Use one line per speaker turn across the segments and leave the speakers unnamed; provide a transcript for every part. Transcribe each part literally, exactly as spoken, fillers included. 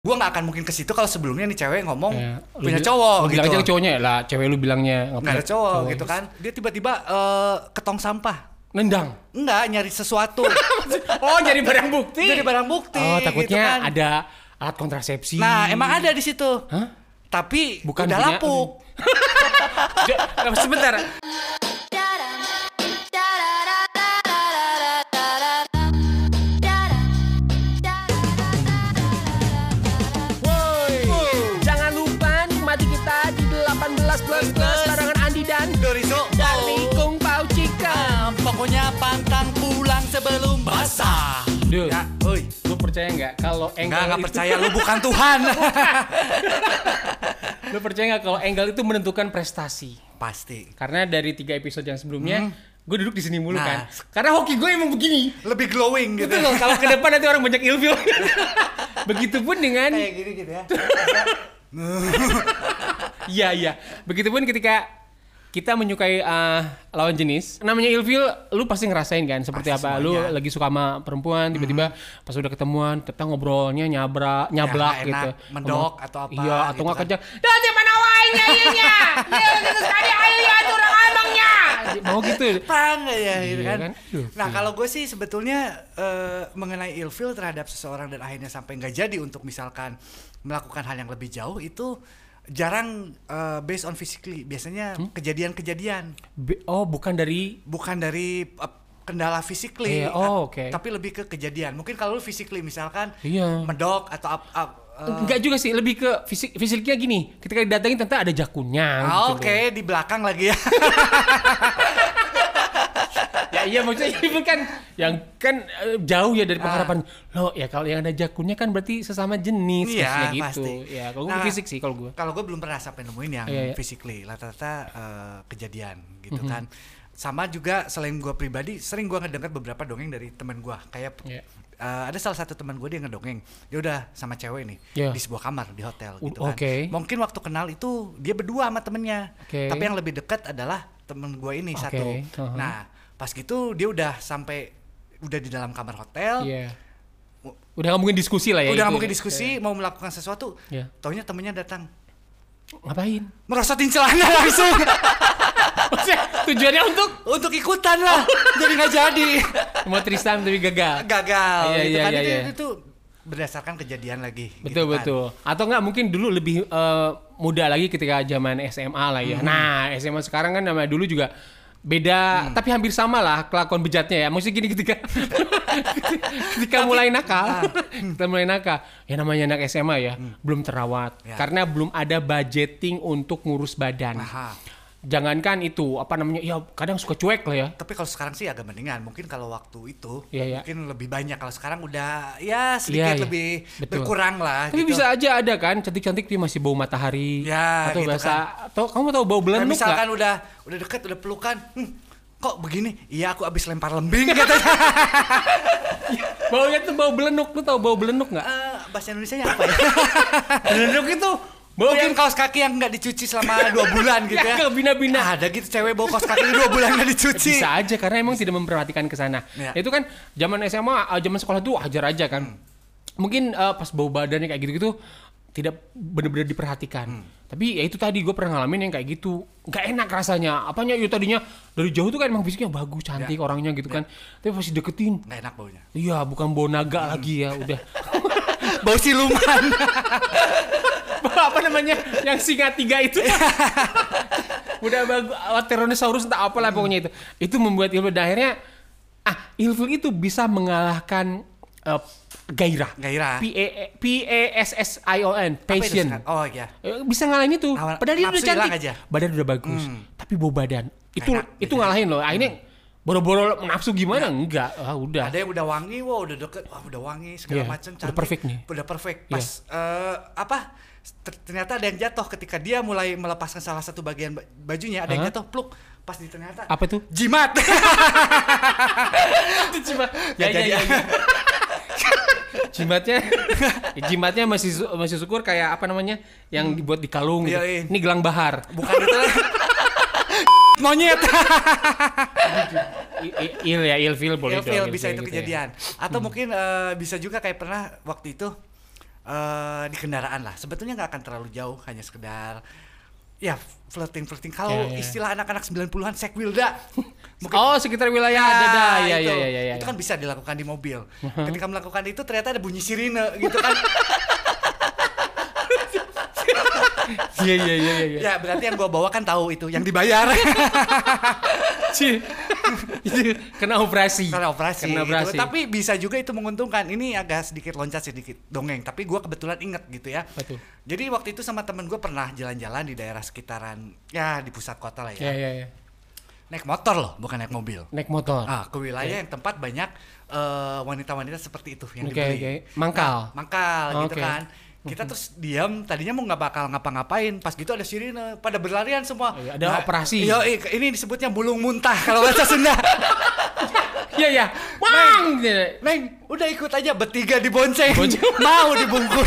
Gue nggak akan mungkin ke situ kalau sebelumnya nih cewek ngomong
ya,
punya
lu,
cowok
lu
gitu.
bilang aja ke cowoknya lah, cewek lu bilangnya
nggak ada cowok, cowok gitu kan. Dia tiba-tiba uh, ke tong sampah.
Nendang?
Enggak, nyari sesuatu.
Oh, nyari barang bukti.
Nyari barang bukti.
Oh, takutnya
gitu kan.
ada alat kontrasepsi.
Nah, emang ada di situ.
Hah?
Tapi
bukan
udah
punya,
lapuk.
Sebentar. Plus plus barengan Andi dan
Doriso
dari Kung Pao Chicken.
Pokoknya pantang pulang sebelum basah.
Duh,
ya, oi.
Lu percaya nggak kalau angle
nggak, nggak
itu...
percaya, lu bukan Tuhan.
Lu percaya nggak kalau angle itu menentukan prestasi?
Pasti.
Karena dari tiga episode yang sebelumnya, hmm. gue duduk di sini mulu nah. kan. Karena hoki gue emang begini.
Lebih glowing gitu.
Betul, kalau ke depan nanti orang banyak ilfil. Begitupun dengan...
Kayak gini gitu ya.
Iya, iya. Begitupun ketika kita menyukai uh, lawan jenis, namanya ilfil, lu pasti ngerasain kan seperti pasti apa? Semuanya. Lu lagi suka sama perempuan, tiba-tiba hmm. pas udah ketemuan, kita ngobrolnya nyabra, nyablak ya, gitu.
Mendok Ngomong, atau apa?
Iya, atau
gitu
nggak
kan.
kerja. Dari mana wainya iya? Ya, gitu sekali ayo ya turun abangnya. Mau gitu.
Pang ya gitu kan.
kan? Duh,
nah, ya. Kalau gue sih sebetulnya uh, mengenai ilfil terhadap seseorang dan akhirnya sampai nggak jadi untuk misalkan melakukan hal yang lebih jauh itu jarang uh, based on physically, biasanya hmm? kejadian-kejadian.
Be- oh, bukan dari
bukan dari uh, kendala physically,
eh, oh, okay.
tapi lebih ke kejadian. Mungkin kalau lu physically misalkan
iya.
medok atau up, up, uh,
enggak juga sih, lebih ke fisik fisiknya gini. Ketika didatengin ternyata ada jakunnya.
Oh,
gitu
oke, okay. Di belakang lagi ya.
Ya iya maksudnya itu kan yang kan jauh ya dari pengharapan. Ah. Loh ya kalau yang ada jakunnya kan berarti sesama jenis
iya,
gitu.
Pasti.
Ya kalau
nah,
gue fisik sih kalau gue.
Kalau gue belum pernah sampai nemuin yang
iya, iya.
physically, rata-rata uh, kejadian gitu
mm-hmm.
kan. Sama juga selain gue pribadi sering gue ngedengar beberapa dongeng dari teman gue. Kayak yeah. uh, ada salah satu teman gue dia ngedongeng. Dia udah sama cewek nih yeah. di sebuah kamar di hotel gitu kan.
Okay.
Mungkin waktu kenal itu dia berdua sama temennya. Okay. Tapi yang lebih dekat adalah temen gue ini okay. satu. Uh-huh. Nah pas gitu dia udah sampai udah di dalam kamar hotel.
Yeah. Udah nggak mungkin diskusi lah ya.
Udah nggak mungkin diskusi yeah. mau melakukan sesuatu.
Yeah.
Taunya temennya datang.
Ngapain?
Merosotin celana langsung.
Maksudnya tujuannya untuk
untuk ikutan lah. Jadi nggak jadi.
Mau Tristan tapi gagal.
Gagal.
Iya,
gitu
iya,
kan
iya,
itu,
iya.
itu berdasarkan kejadian lagi.
Betul gitu betul. Kan. Atau nggak mungkin dulu lebih uh, muda lagi ketika zaman S M A lah ya. Hmm. Nah S M A sekarang kan nama dulu juga beda, hmm. tapi hampir sama lah kelakuan bejatnya ya. Maksudnya gini ketika ketika tapi, mulai nakal, ah. kita mulai nakal. Ya namanya anak S M A ya, hmm. belum terawat ya. Karena belum ada budgeting untuk ngurus badan. Aha. Jangankan itu, apa namanya, ya kadang suka cuek lah ya.
Tapi kalau sekarang sih agak mendingan. Mungkin kalau waktu itu,
ya, ya.
mungkin lebih banyak. Kalau sekarang udah, ya sedikit ya, ya. lebih
betul.
Berkurang lah.
Tapi gitu. Bisa aja ada kan, cantik-cantik dia masih bau matahari.
Ya,
atau
gitu
bahasa,
kan.
Atau kamu tahu bau belenuk
nah, misalkan
gak?
udah udah deket, udah pelukan. Hmm, kok begini? Iya, aku abis lempar lembing katanya.
Baunya tuh bau belenuk. Lu tahu bau belenuk gak?
Uh, bahasa Indonesianya apa ya?
Belenuk itu
bau mungkin yang kaos kaki yang nggak dicuci selama dua bulan gitu ya.
Bina-bina.
Ada gitu cewek bau kaos kaki dua bulan nggak dicuci.
Bisa aja karena emang tidak memperhatikan ke sana. Ya. Itu kan zaman S M A, zaman sekolah tuh ajar aja kan. Hmm. Mungkin uh, pas bau badannya kayak gitu-gitu tidak benar-benar diperhatikan. Hmm. Tapi ya itu tadi gue pernah ngalamin yang kayak gitu. Nggak enak rasanya. Apanya ya tadinya dari jauh tuh kan emang fisiknya bagus, cantik ya. Orangnya gitu ya. Kan. Tapi pas deketin.
Nggak enak baunya.
Iya, bukan bau naga hmm. lagi ya, udah.
Bau siluman.
Apa namanya yang singa tiga itu udah bagus Tyrannosaurus entah apalah pokoknya itu itu membuat ilfil dan akhirnya ah ilfil itu bisa mengalahkan uh, gairah
gairah
P A P A S S I O N passion
oh iya
bisa ngalahin itu padahal dia udah cantik aja. Badan udah bagus hmm. tapi bau badan itu enak, itu ngalahin loh akhirnya hmm. boro-boro nafsu gimana? Ya. Enggak, ah, udah.
Ada yang udah wangi, wah udah deket, wah udah wangi segala yeah. macam cantik.
Udah perfect nih.
Udah perfect. Pas yeah. uh, apa? Ternyata ada yang jatuh ketika dia mulai melepaskan salah satu bagian bajunya, ada uh-huh. yang jatuh, pluk. Pas di ternyata
apa tuh?
Jimat.
Jimat. Ya ya ya. ya. Jimatnya, jimatnya masih masih syukur kayak apa namanya yang dibuat di kalung. Gitu. Ini gelang bahar.
Bukan itu. Monyet.
Il ya ilfil boleh
ilfil bisa itu gitu kejadian ya. Atau hmm. mungkin uh, bisa juga kayak pernah waktu itu uh, di kendaraan lah. Sebetulnya nggak akan terlalu jauh, hanya sekedar ya flirting-flirting. Kalau
Ya, ya.
istilah anak-anak sembilan puluhan sekwilda.
Oh, sekitar wilayah
Nah,
dada. Ya,
itu,
ya, ya, ya, ya.
itu kan bisa dilakukan di mobil. Ketika melakukan itu ternyata ada bunyi sirine gitu kan.
Iya, iya, iya, iya.
Ya berarti yang gua bawa kan tahu itu, yang dibayar.
Cih. Itu kena operasi.
Karena operasi,
Kena operasi.
gitu. Tapi bisa juga itu menguntungkan. Ini agak sedikit loncat sedikit dongeng, tapi gua kebetulan inget gitu ya.
Betul.
Jadi waktu itu sama temen gue pernah jalan-jalan di daerah sekitaran ya di pusat kota lah ya.
Iya, iya, iya.
Naik motor loh, bukan naik mobil.
Naik motor.
Ah, ke wilayah yang tempat banyak eh, wanita-wanita seperti itu yang
Oke,
dibeli.
oke. Mangkal.
Nah, mangkal gitu
Oke.
kan. Kita terus diam, tadinya mau nggak bakal ngapa-ngapain, pas gitu ada sirine, pada berlarian semua.
Iya, ada operasi.
Iya, ini disebutnya bulung muntah kalau bahasa Sunda.
Iya, iya. Mang.
Neng, udah ikut aja bertiga dibonceng.
Bonceng.
Mau dibungkus.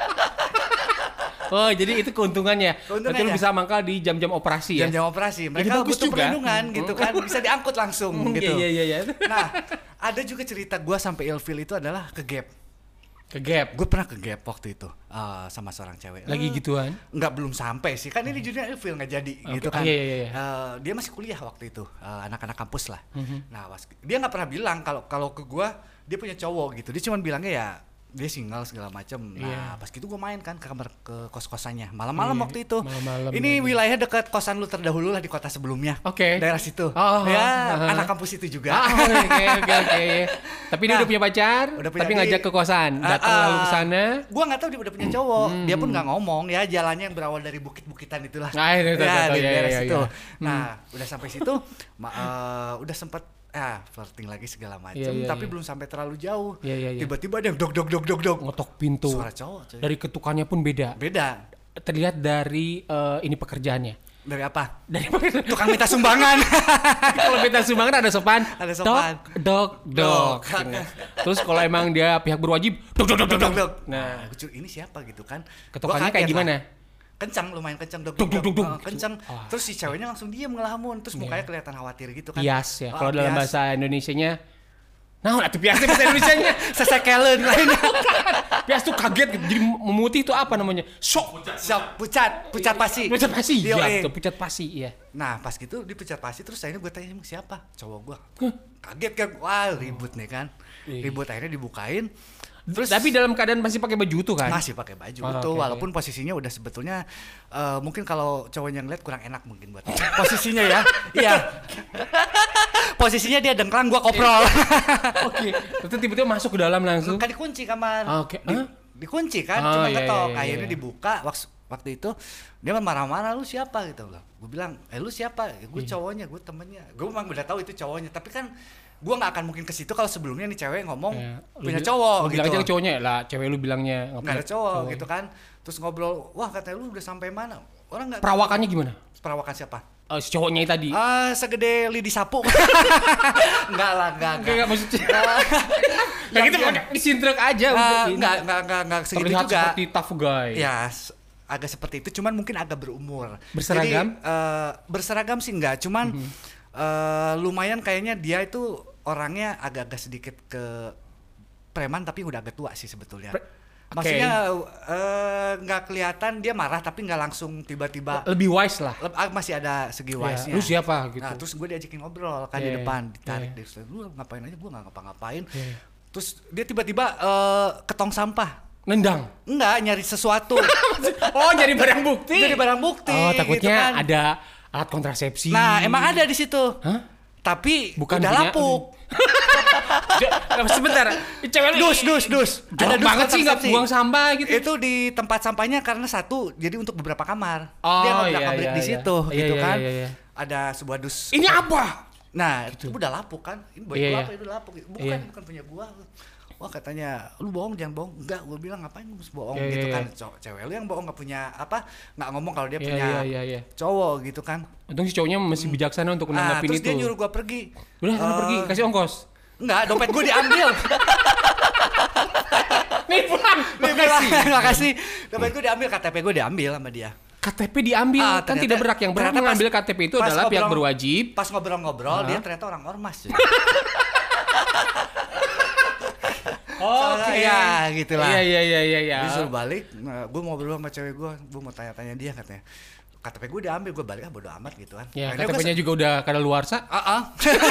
Oh, jadi itu keuntungannya.
Keuntungannya.
Berarti lu bisa mangkal di jam-jam operasi ya.
Jam-jam operasi.
Ini
Mereka
bagus
butuh
juga.
perlindungan gitu kan, bisa diangkut langsung gitu.
Iya, iya, iya.
Nah, ada juga cerita gua sampai ilfil itu adalah ke Gap.
Ke Gap.
Gue pernah ke Gap waktu itu uh, sama seorang cewek.
Lagi
Eh,
gituan.
Nggak, belum sampai sih. Kan ini judulnya ilfil nggak jadi
Oke.
gitu kan.
Iya, iya, iya.
Eh, dia masih kuliah waktu itu, uh, anak-anak kampus lah. Nah, was- dia nggak pernah bilang kalau kalau ke gua dia punya cowok gitu. Dia cuma bilangnya ya dia single segala macam. Nah,
Iya.
pas gitu gue main kan ke kamar ke kos-kosannya malam-malam
Iya,
waktu itu.
malam-malam
Ini
lagi.
wilayah dekat kosan lu terdahulu lah di kota sebelumnya.
Oke.
Daerah situ.
Oh,
ya,
uh-huh.
anak kampus itu juga.
Ah, oke, oke, oke. Tapi dia
Nah,
udah punya pacar,
udah punya
tapi
di-
ngajak ke kosan. Datang
Ah,
lalu
ah.
ke sana.
Gua nggak tahu dia udah punya cowok. Dia pun nggak ngomong ya, jalannya yang berawal dari bukit-bukitan itulah.
Ah, itu, itu,
ya,
itu,
di
iya,
daerah
iya,
situ.
iya.
Nah, udah sampai situ, ma- eh, udah sempet ah flirting lagi segala macam,
Iya, iya,
tapi
iya.
belum sampai terlalu jauh.
Iya, iya, iya.
Tiba-tiba ada yang dog dog dog dog dog.
Ngotok pintu.
Suara cowok. Coy.
Dari ketukannya pun beda.
Beda.
Terlihat dari eh, ini pekerjaannya.
Dari apa?
Dari pekerjaan.
Tukang minta sumbangan.
Kalau minta sumbangan ada sopan.
Ada sopan.
Dok, dok, dok.
Dok.
Terus kalau emang dia pihak berwajib, dok, dok, dok, dok,
Dog, dog,
dok.
dog.
Nah,
Nah, lucu, ini siapa gitu kan?
ketukannya
Gua
kayak
kaget
gimana?
lah. Kencang, lumayan kencang, dog,
Dug,
dog,
dug, dug,
dog.
dug.
Ah, kencang.
Ah.
Terus si ceweknya langsung diem ngelamun, terus mukanya
Iya.
kelihatan khawatir gitu kan.
Pias ya.
Ah,
Kalau dalam
pias.
bahasa Indonesianya, nah, itu piasnya bahasa Indonesianya.
Sesekelen lainnya.
Pias tuh kaget gitu. Jadi memutih itu apa namanya? Shock.
Siap, pucat, pucat pasi.
Pucat pasi.
Yo,
Iya,
eh.
betul, pucat pasi, iya.
Nah, pas gitu dipucat pasi, terus akhirnya gue tanya, emang siapa? Cowok gue. Kaget kan, wah ribut nih kan.
Iya.
Ribut, akhirnya dibukain. Terus
Tapi dalam keadaan masih pakai baju itu kan?
masih pakai baju
Oh,
itu,
oke,
walaupun posisinya udah sebetulnya eh, mungkin kalau cowoknya ngeliat kurang enak mungkin buat posisinya ya. Iya. Posisinya dia dengklang, gua koprol.
Oke. Terus tiba-tiba masuk ke dalam langsung.
Kan dikunci kamar.
Ah, oke.
Di-
Hah?
dikunci kan,
Oh,
cuma
iya,
ketok.
iya, iya,
Akhirnya
iya.
dibuka waktu waktu itu dia marah-marah, lu siapa gitu loh. Gue bilang, "Eh lu siapa?" Ya, gue
Iya.
cowoknya, gue temennya. Gue memang udah tahu itu cowoknya, tapi kan gue nggak akan mungkin ke situ kalau sebelumnya nih cewek ngomong
Ya, lu
punya
bil-
cowok
lu
gitu.
bilang aja ke cowoknya lah, cewek lu bilangnya
Nggak ada cowok gitu kan. Terus ngobrol, "Wah, katanya lu udah sampai mana?" Orang nggak
Perawakannya gimana?
perawakan siapa?
Eh, si cowoknya tadi.
Ah, segede lidi sapu. Enggak lah, enggak,
Enggak, enggak maksudnya. Kayak
Yang
gitu
dia-
pakai disintrek aja
Ah,
untuk ini.
enggak, enggak, enggak, enggak segitu
Terlihat
juga.
seperti tough guy.
Ya, s- agak seperti itu, cuman mungkin agak berumur.
Berseragam?
Jadi, eh, berseragam sih enggak, cuman
Mhm.
eh, lumayan kayaknya dia itu orangnya agak-agak sedikit ke preman tapi udah agak tua sih sebetulnya.
Pre-
Maksudnya eh, nggak kelihatan dia marah tapi nggak langsung tiba-tiba.
Lebih wise lah.
Leb- ah, masih ada segi
Ya,
wise-nya.
lu siapa gitu.
Nah, terus gue diajakin ngobrol kan
Iya,
di depan,
iya.
ditarik
Iya.
dari situ. Lu ngapain aja, gue nggak ngapa-ngapain.
Iya.
Terus dia tiba-tiba eh, ke tong sampah.
Nendang.
Enggak, nyari sesuatu.
Oh, jadi barang bukti.
Jadi barang bukti.
Oh,
gitu
takutnya
kan.
ada alat kontrasepsi.
Nah, emang ada di situ.
Hah?
Tapi
Bukan
udah
punya-
lapuk.
Ja- Sebentar. Cewek lu
Dus, dus, dus.
Jorok banget sih nggak
kontrasepsi.
buang sampah gitu.
Itu di tempat sampahnya karena satu, jadi untuk beberapa kamar.
Oh,
Dia nggak
iya,
pabrik
iya,
di
iya.
situ,
Iya,
gitu
iya,
kan.
iya, iya.
Ada sebuah dus.
Ini apa?
Nah, itu udah lapuk kan. Ini buat
Iya,
gua
iya.
apa? Itu udah lapuk. Bukan,
Iya.
bukan punya gua. Wah, katanya, lu bohong, jangan bohong. Enggak, gua bilang ngapain lu mesti bohong
Iya,
gitu
iya,
kan.
iya.
Cow- Cewek lu yang bohong nggak punya apa? Nggak ngomong kalau dia
Iya,
punya
iya, iya, iya.
cowok gitu kan.
Untung si cowoknya masih bijaksana untuk
Nah,
menanggapin
terus
itu.
dia nyuruh gua pergi.
Udah, sana
Eh,
pergi, kasih ongkos.
Enggak, dompet gua diambil.
Nih pulang.
Nih, bilang, makasih. Dompet gua diambil, K T P gua diambil sama dia.
K T P diambil,
Ah,
kan
ternyata-
tidak berhak. Yang berhak
ternyata pas-
mengambil K T P itu
pas
adalah pihak
ngobrol-
berwajib.
Pas ngobrol-ngobrol,
Hah?
dia ternyata orang ormas.
Oke.
Ya, gitulah.
Iya iya iya iya iya.
Disuruh balik, nah, gue ngobrol sama cewek gue, gue mau tanya-tanya dia katanya. K T P gue udah ambil, gue balik ah bodo amat gitu kan.
Ya,
Akhirnya
K T P-nya
gua-
juga udah kadaluarsa.
Ah, ah.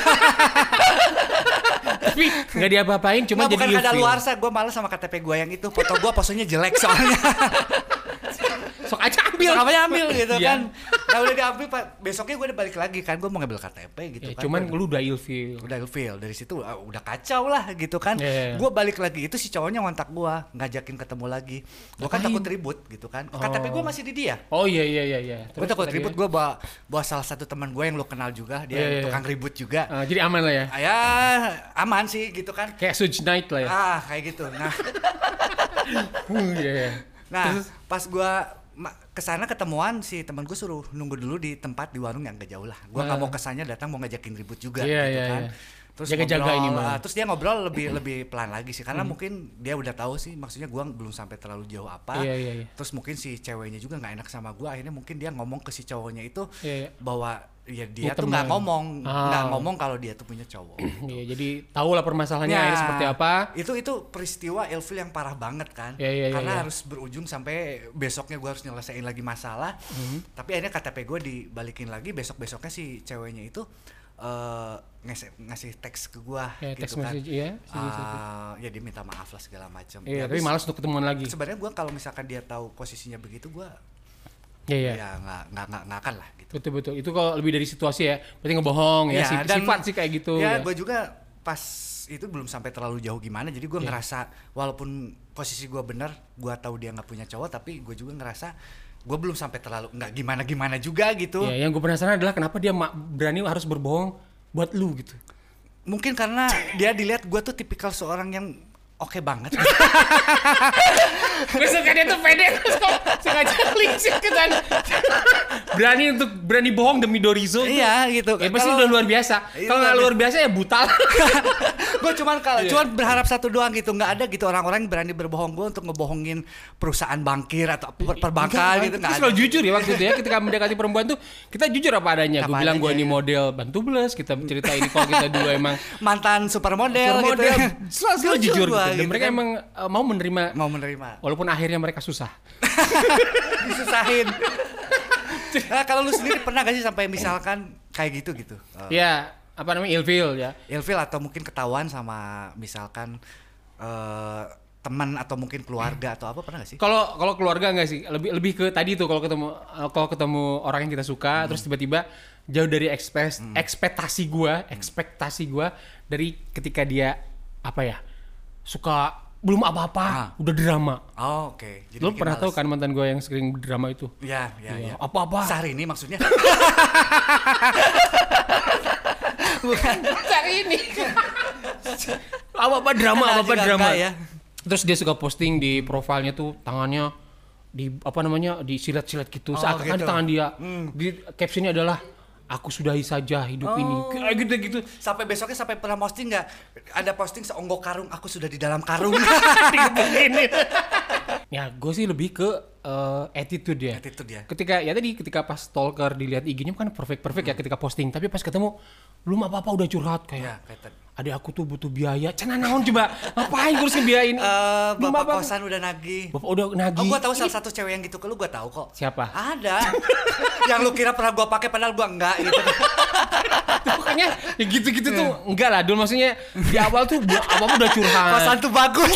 Tapi nggak diapa-apain, cuma
Nggak,
jadi
bukan
ilfil.
kadaluarsa, gue males sama K T P gue yang itu. Foto gue posenya jelek soalnya.
Sok aja ambil.
Sok apanya ambil gitu
Iya.
kan. Nah udah diambil, Pak. Besoknya gue udah balik lagi kan, gue mau ngambil K T P gitu
Ya,
kan.
cuman
Gua-
lu udah ilfil.
udah ilfil dari situ uh, udah kacau lah gitu kan.
Yeah.
Gue balik lagi itu si cowoknya ngontak gue ngajakin ketemu lagi. Gue kan
Ngapain?
takut ribut gitu kan. K T P gue masih di dia.
Oh iya iya iya iya.
Gue
Terus
takut
tadi
ribut,
ya?
gue bawa bawa salah satu teman gue yang lo kenal juga, dia
Iya, iya,
tukang
iya.
ribut juga.
Ah, jadi aman lah ya.
Ah, ya aman sih gitu kan.
Kayak Suge Knight lah ya.
Ah kayak gitu. Nah,
Uh, iya iya.
nah
Terus?
pas gue kesana ketemuan si teman gue suruh nunggu dulu di tempat di warung yang gak jauh lah. Gue nggak
Ah.
mau kesannya datang mau ngajakin ribut juga
Iya,
gitu
iya,
kan.
iya.
Terus
Jaga-jaga
ngobrol,
ini mah.
ah, terus dia ngobrol lebih lebih pelan lagi sih karena mungkin dia udah tahu sih maksudnya gue belum sampai terlalu jauh apa.
Iya, iya, iya.
Terus mungkin si ceweknya juga nggak enak sama gue, akhirnya mungkin dia ngomong ke si cowoknya itu
Iya, iya.
bahwa ya dia
Ini
tuh nggak
teman.
ngomong
Ah.
nggak ngomong kalau dia tuh punya cowok.
Iya, jadi tahu lah permasalahannya
Ya,
akhirnya seperti apa.
Itu itu peristiwa ilfil yang parah banget kan.
Ya, ya, ya,
Karena
ya.
harus berujung sampai besoknya gue harus nyelesain lagi masalah.
Mhm.
Tapi akhirnya K T P gue dibalikin lagi, besok-besoknya si ceweknya itu eh, ngasih ngasih teks ke gue
Ya,
gitu
text
kan.
message iya.
Ah, ya dia minta maaf lah segala macam.
Iya,
Ya,
tapi
habis
malas untuk ketemuan lagi.
sebenarnya gue kalau misalkan dia tahu posisinya begitu gue
Iya, iya.
ya nggak nggak nggak nggak akan lah gitu.
Betul betul. Itu kalau lebih dari situasi ya, berarti ngebohong ya,
Iya,
si-
dan-
sifat sih kayak gitu.
Ya,
ya.
gue juga pas itu belum sampai terlalu jauh gimana, jadi gue
Iya.
ngerasa walaupun posisi gue benar, gue tahu dia nggak punya cowok, tapi gue juga ngerasa gue belum sampai terlalu nggak gimana gimana juga gitu.
Ya, yang gue penasaran adalah kenapa dia ma- berani harus berbohong buat lu gitu.
Mungkin karena dia dilihat gue tuh tipikal seorang yang oke banget.
Besok dia tuh pede terus kok sengaja lincir ke sana. Berani untuk berani bohong demi Dorizo. tuh.
Iya gitu.
Ya pasti
Kalau-
udah luar biasa.
Iya,
Kalau nggak
luar
luar biasa ya buta.
gue cuman kalau
Iya.
cuman berharap satu doang gitu, nggak ada gitu orang-orang yang berani berbohong gue untuk ngebohongin perusahaan bankir atau per- perbankan gitu,
Kita
nggak ada.
selalu jujur ya waktu itu ya ketika mendekati perempuan tuh kita jujur apa adanya. Gue
Apa
bilang gue
adanya,
ini
ya.
model bantu bless. Kita cerita ini kalau kita dulu emang
Mantan supermodel,
model.
gitu.
Selalu, selalu jujur
gua
gitu. Dan
gitu
mereka
kan.
emang uh, mau menerima
mau menerima.
walaupun akhirnya mereka susah.
Disusahin. Nah, kalau lu sendiri pernah gak sih sampai misalkan kayak gitu gitu? Uh,
Ya apa namanya ilfil ya.
ilfil atau mungkin ketahuan sama misalkan uh, teman atau mungkin keluarga atau apa, pernah gak sih?
Kalau kalau keluarga enggak sih, lebih lebih ke tadi tuh kalau ketemu uh, kalau ketemu orang yang kita suka
Hmm.
terus tiba-tiba jauh dari ekspres, ekspektasi gua, ekspektasi gua dari ketika dia apa ya? Suka belum apa-apa,
Ah.
udah drama.
Oh, oke. Jadi
Lo
bikin
pernah tahu
males.
kan mantan gua yang sering drama itu?
Ya, ya,
Iya,
ya.
apa-apa.
Sehari ini maksudnya.
Cari ini. Apa-apa drama,
Kenal
apa-apa
juga
drama.
enggak ya.
Terus dia suka posting di profilnya tuh tangannya di apa namanya disilat-silat gitu.
Oh,
Seakan-akan
gitu.
di tangan dia. Di captionnya adalah aku sudahi saja hidup ini.
Oh.
Kayak gitu-gitu.
Sampai besoknya sampai pernah posting nggak? Ada posting seonggok karung, aku sudah di dalam karung.
Digebukin. Ya, gue sih lebih ke eh, attitude ya.
Attitude ya.
Ketika ya tadi ketika pas stalker dilihat I G-nya kan perfect perfect ya ketika posting. Tapi pas ketemu belum apa-apa udah curhat kayak.
Ya, kayak tadi.
Adik aku tuh butuh biaya. Cana naon coba. Ngapain gue harus ngebiayain?
Eh,
Belum
bapak
apa-apa.
kosan udah nagih.
Bapak udah nagih.
Oh, gua tahu salah satu cewek yang gitu ke lu, gua tahu kok.
Siapa?
Ada. Yang lu kira pernah gua pakai padahal gua enggak gitu.
Pokoknya ya gitu-gitu tuh enggak lah Dul, maksudnya di awal tuh bu- apa-apa udah curhat.
Kosan tuh bagus.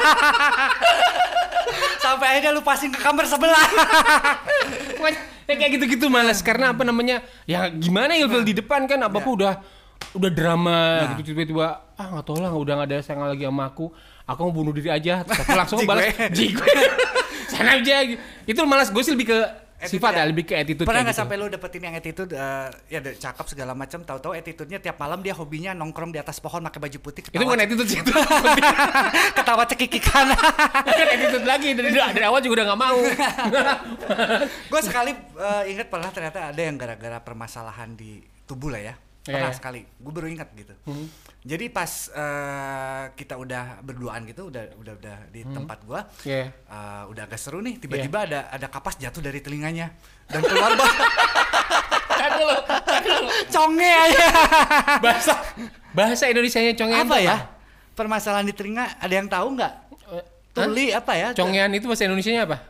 Sampai akhirnya lu passing ke kamar sebelah.
Pokoknya ya kayak gitu-gitu malas karena apa namanya? Ya gimana ilfil di depan kan apa-apa udah udah drama
Nah.
gitu tiba-tiba ah nggak tahu lah udah nggak ada sayang lagi sama aku. Aku mau bunuh diri aja. Terus aku langsung
Jig
balas
gue.
jig gue. Sana aja. Itu malas gue sih lebih ke sifat ya,
Attitude
lebih ke attitude
Pernah
kayak
nggak
gitu.
sampai lu dapetin yang attitude eh, ya ada cakep segala macam, tahu-tahu attitude-nya tiap malam dia hobinya nongkrong di atas pohon pakai baju putih,
Itu
ketawa,
bukan attitude sih itu.
ketawa cekikikan.
Bukan attitude lagi dari dari awal juga udah nggak mau.
Gue sekali eh, ingat pernah ternyata ada yang gara-gara permasalahan di tubuh lah ya. Pernah
Iya, iya.
sekali. Gue baru ingat gitu.
Hmm.
Jadi pas eh, kita udah berduaan gitu, udah udah udah di tempat gua,
Iya.
eh, udah agak seru nih. Tiba-tiba ada ada kapas jatuh dari telinganya dan keluar bah
Kan dulu, kan dulu.
conge aja.
Bahasa bahasa Indonesianya conge
Apa ya? permasalahan di telinga ada yang tahu nggak?
Uh,
Tuli apa ya?
Congean itu bahasa Indonesianya apa?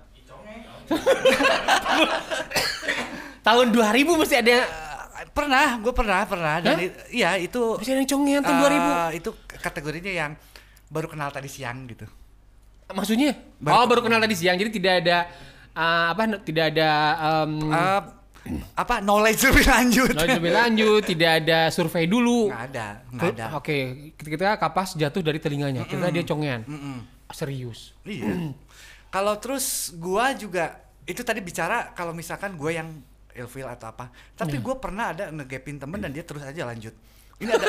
Tahun dua ribu mesti ada yang...
Uh, pernah, gue pernah, pernah. Dan
Hah?
i- iya itu.
Mesti ada yang congean tahun dua ribu.
uh, Itu kategorinya yang baru kenal tadi siang gitu.
Maksudnya?
Baru-
oh, baru kenal tadi siang. Jadi tidak ada uh, apa? Tidak ada um,
Uh, apa knowledge lebih lanjut?
knowledge lebih lanjut. Tidak ada survei dulu.
Nggak ada, nggak ada.
Oke, ketika kapas jatuh dari telinganya, kita dia congean.
Mm-mm.
Serius.
Iya. Kalau terus gua juga itu tadi bicara kalau misalkan gua yang ilfil atau apa. Tapi
Iya.
gua pernah ada ngegapin temen dan dia terus aja lanjut. Ini ada.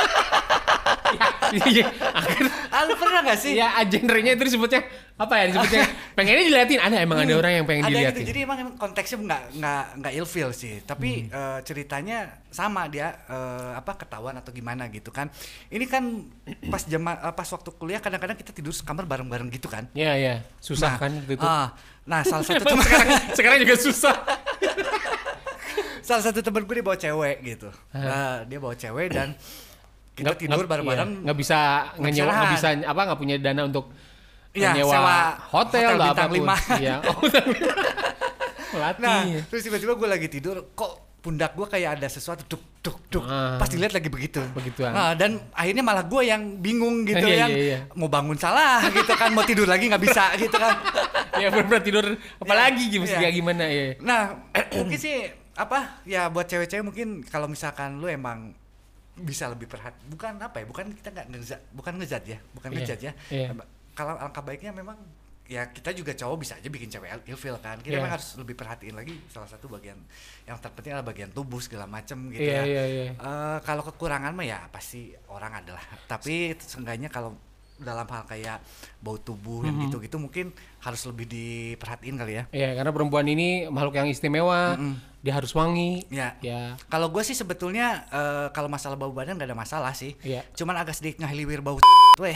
Iya, akhir-
Ah, lu pernah gak sih?
ya genrenya itu disebutnya apa ya? Disebutnya pengennya diliatin. Ada emang ada orang yang pengen
Ada
diliatin.
gitu. Jadi emang emang konteksnya nggak nggak nggak ilfil sih. Tapi
Hmm.
eh, ceritanya sama dia eh, apa ketahuan atau gimana gitu kan. Ini kan pas jama, eh, pas waktu kuliah kadang-kadang kita tidur sekamar bareng-bareng gitu kan.
Iya, iya. Susah
Nah,
kan gitu itu.
ah, nah salah satu
Emang
teman
sekarang, sekarang juga susah.
salah satu teman gue dia bawa cewek gitu. Nah, dia bawa cewek dan kita
Nggak-
tidur
nggak-
bareng-bareng.
iya, nggak bisa
nggak
ngejewa,
bisa
nggak bisa
nahan.
apa nggak punya dana untuk
Iya,
nyewa
sewa
hotel,
hotel
lah
bintang
apapun.
lima.
Iya. Oh, bintang lima. Melatih.
Nah, terus tiba-tiba gue lagi tidur, kok pundak gue kayak ada sesuatu duk duk duk.
Ah.
Pas dilihat lagi begitu.
Begituan.
Nah, dan akhirnya malah gue yang bingung gitu
Iya,
yang
iya, iya.
mau bangun salah gitu kan, mau tidur lagi nggak bisa gitu kan.
Ya benar-benar tidur apalagi
Iya,
mesti
iya.
kayak gimana ya.
Nah, mungkin sih apa ya buat cewek-cewek mungkin kalau misalkan lu emang bisa lebih perhati, bukan apa ya, bukan kita nggak ngezat, bukan ngezat ya, bukan
Iya,
ngejat ya.
iya.
Kalau alangkah baiknya memang ya kita juga cowok bisa aja bikin cewek ilfil kan. Kita
Iya.
memang harus lebih perhatiin lagi salah satu bagian yang terpenting adalah bagian tubuh segala macem gitu
Iya,
ya.
iya, iya.
Eh, kalau kekurangan mah ya pasti orang adalah. Tapi seenggaknya kalau dalam hal kayak bau tubuh yang gitu-gitu mungkin harus lebih diperhatiin kali ya.
Iya, karena perempuan ini makhluk yang istimewa, dia harus wangi.
Ya.
Ya.
Kalau gue sih sebetulnya eh, kalau masalah bau badan gak ada masalah sih.
Iya.
Cuman agak sedikit ngehiliwir bau weh.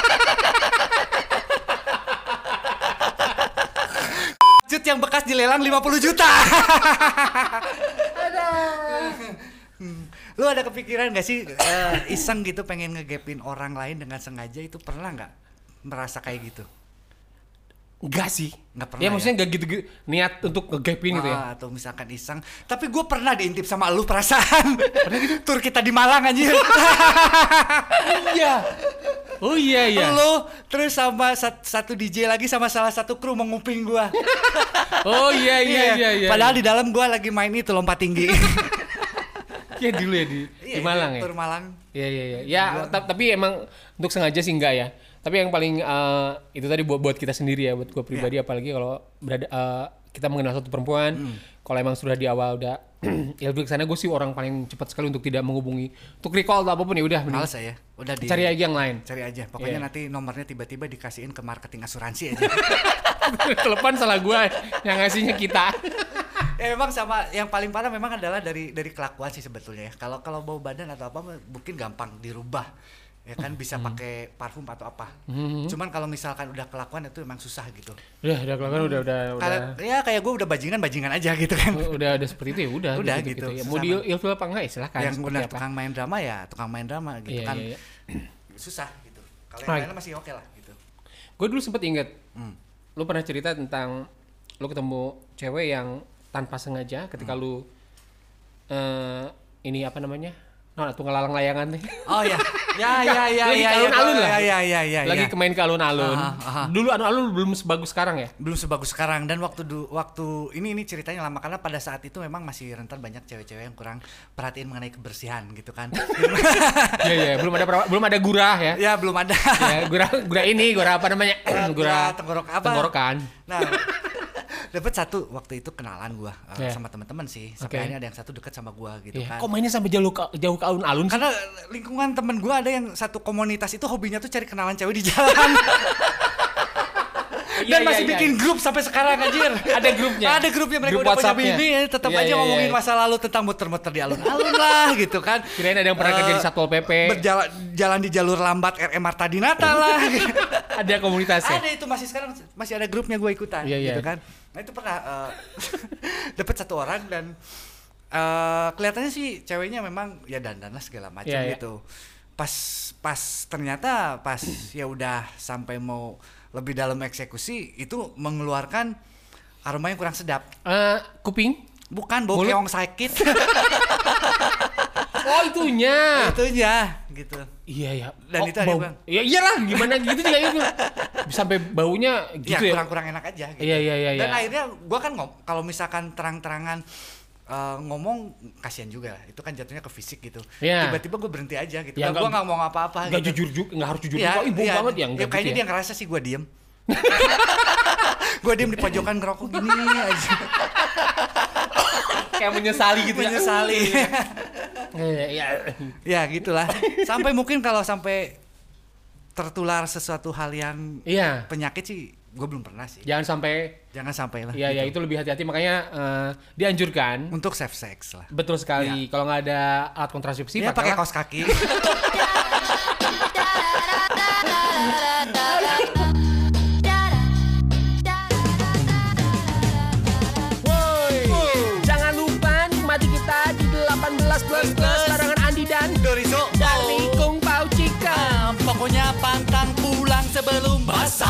Cut yang bekas dilelang lima puluh juta. Hmm. Lu ada kepikiran gak sih eh, iseng gitu pengen ngegapin orang lain dengan sengaja, itu pernah nggak merasa kayak gitu?
Enggak sih.
Nggak pernah
Ya
ya?
maksudnya enggak gitu, niat untuk ngegapin gitu ya.
Ah, atau misalkan iseng. Tapi gue pernah diintip sama lu perasaan. Pernah gitu? Tur kita di Malang anjir.
Iya. Oh iya iya.
Lu terus sama sat- satu D J lagi sama salah satu kru menguping gua.
Oh iya iya iya iya.
Padahal di dalam gua lagi main itu lompat tinggi.
Iya dulu ya di,
Iya,
di Malang ya.
Tur Malang.
Iya iya iya. Ya ta- tapi emang untuk sengaja sih enggak ya. Tapi yang paling eh, itu tadi buat buat kita sendiri ya, buat gua pribadi
Iya.
apalagi kalau berada eh, kita mengenal satu perempuan,
Hmm.
kalau emang sudah di awal udah ya lebih kesana gue sih orang paling cepat sekali untuk tidak menghubungi, untuk recall atau apapun ya udah mending
Males saya. Udah di
cari aja yang lain.
cari aja. Pokoknya
Iya.
nanti nomornya tiba-tiba dikasihin ke marketing asuransi aja.
Telepon salah gua yang ngasihnya kita.
Ya memang sama yang paling parah memang adalah dari dari kelakuan sih sebetulnya ya. Kalau kalau bau badan atau apa mungkin gampang dirubah. Ya kan bisa pakai parfum atau apa.
Hmm.
Cuman kalau misalkan udah kelakuan itu memang susah gitu.
Udah udah kelakuan udah udah udah
Kalau ya kayak gue udah bajingan bajingan aja gitu kan.
udah ada seperti itu ya udah
Udah
gitu,
gitu,
ya. Mau
sama.
di ilfil apa enggak ya silahkan.
Yang
seperti
udah
apa.
tukang main drama ya tukang main drama gitu
Iya,
kan.
iya, iya.
Susah gitu. Kalau
Ah,
yang lain masih oke lah gitu.
Gue dulu sempet inget,
Hmm.
lu pernah cerita tentang lu ketemu cewek yang tanpa sengaja ketika
Hmm.
lu eh ini apa namanya? Nah, tunggal lalang layangan nih.
Oh ya. Ya ya ya
Lagi
ya.
ke alun-alun lah.
Ya ya ya ya.
Lagi
ya.
main ke alun-alun.
Aha, aha.
Dulu alun-alun belum sebagus sekarang ya?
Belum sebagus sekarang dan waktu du, waktu ini ini ceritanya lama karena pada saat itu memang masih rentan banyak cewek-cewek yang kurang perhatiin mengenai kebersihan gitu kan.
Iya iya, belum ada perawa- belum ada gurah ya.
Ya belum ada.
Ya, gurah gurah ini, gurah apa namanya? Gurah
tenggorok apa?
tenggorokan.
Nah, dapat satu waktu itu kenalan gua uh,
Yeah.
sama teman-teman sih. Sampai
Oke.
akhirnya ada yang satu dekat sama gua gitu
Iya.
kan.
Kok mainnya sampai jauh ke, jauh ke alun-alun sih?
Karena lingkungan temen gua ada yang satu komunitas itu hobinya tuh cari kenalan cewek di jalan.
Iya,
Dan
iya,
masih
iya.
bikin grup sampai sekarang anjir.
Ada grupnya.
Ada grupnya, mereka
Grup
udah punya
WhatsApp-nya.
bini ya, tetap
Iya,
aja
iya,
ngomongin
iya.
masa lalu tentang muter-muter di alun-alun lah gitu kan.
Kirain ada yang pernah kerja di
Eh,
Satpol P P.
Berjalan jalan di jalur lambat R M Marta Dinata lah. gitu.
Ada komunitasnya.
Ada itu masih sekarang masih ada grupnya gue ikutan
Iya, iya.
gitu kan. Nah itu pernah uh, dapat satu orang dan uh, kelihatannya sih ceweknya memang ya dandan lah segala macam
Iya, iya.
gitu. pas pas ternyata pas ya udah sampai mau lebih dalam eksekusi itu mengeluarkan aroma yang kurang sedap.
Uh, kuping?
Bukan, bau keong sakit.
Oh itunya.
Itunya gitu.
Iya ya.
Dan
oh,
itu ada
bau.
Bang.
Ya iyalah gimana gitu juga itu. Sampai baunya gitu ya.
Ya kurang-kurang enak aja gitu.
Iya iya iya.
Dan
ya.
akhirnya gua kan ngom kalau misalkan terang-terangan uh, ngomong kasihan juga. Itu kan jatuhnya ke fisik gitu.
Ya.
Tiba-tiba gue berhenti aja gitu.
Ya,
Gak, gue nggak mau apa-apa.
Nggak
gitu.
jujur juga, nggak harus jujur.
Ya,
juga. Ih, bau
ya,
banget ya.
Ya, kayaknya
gitu
dia
ya.
ngerasa sih gue diem. Gue diem di pojokan ngerokok gini aja.
Kayak menyesali gitu
Menyesali.
ya. ya.
Ya gitulah. Sampai mungkin kalau sampai tertular sesuatu hal yang
Iya.
penyakit sih gue belum pernah sih.
Jangan sampai.
Jangan sampai lah.
Iya
gitu.
ya itu lebih hati-hati makanya uh, dianjurkan.
Untuk safe sex lah.
Betul sekali.
Ya.
Kalau nggak ada alat kontrasepsi,
Ya pakai
pakailah-
kaos kaki.
Jangan lupa nikmati kita di delapan belas plus plus barengan Andi dan
Doriso.
dari Kung Pao Chicken.
Pokoknya pantang pulang sebelum basa.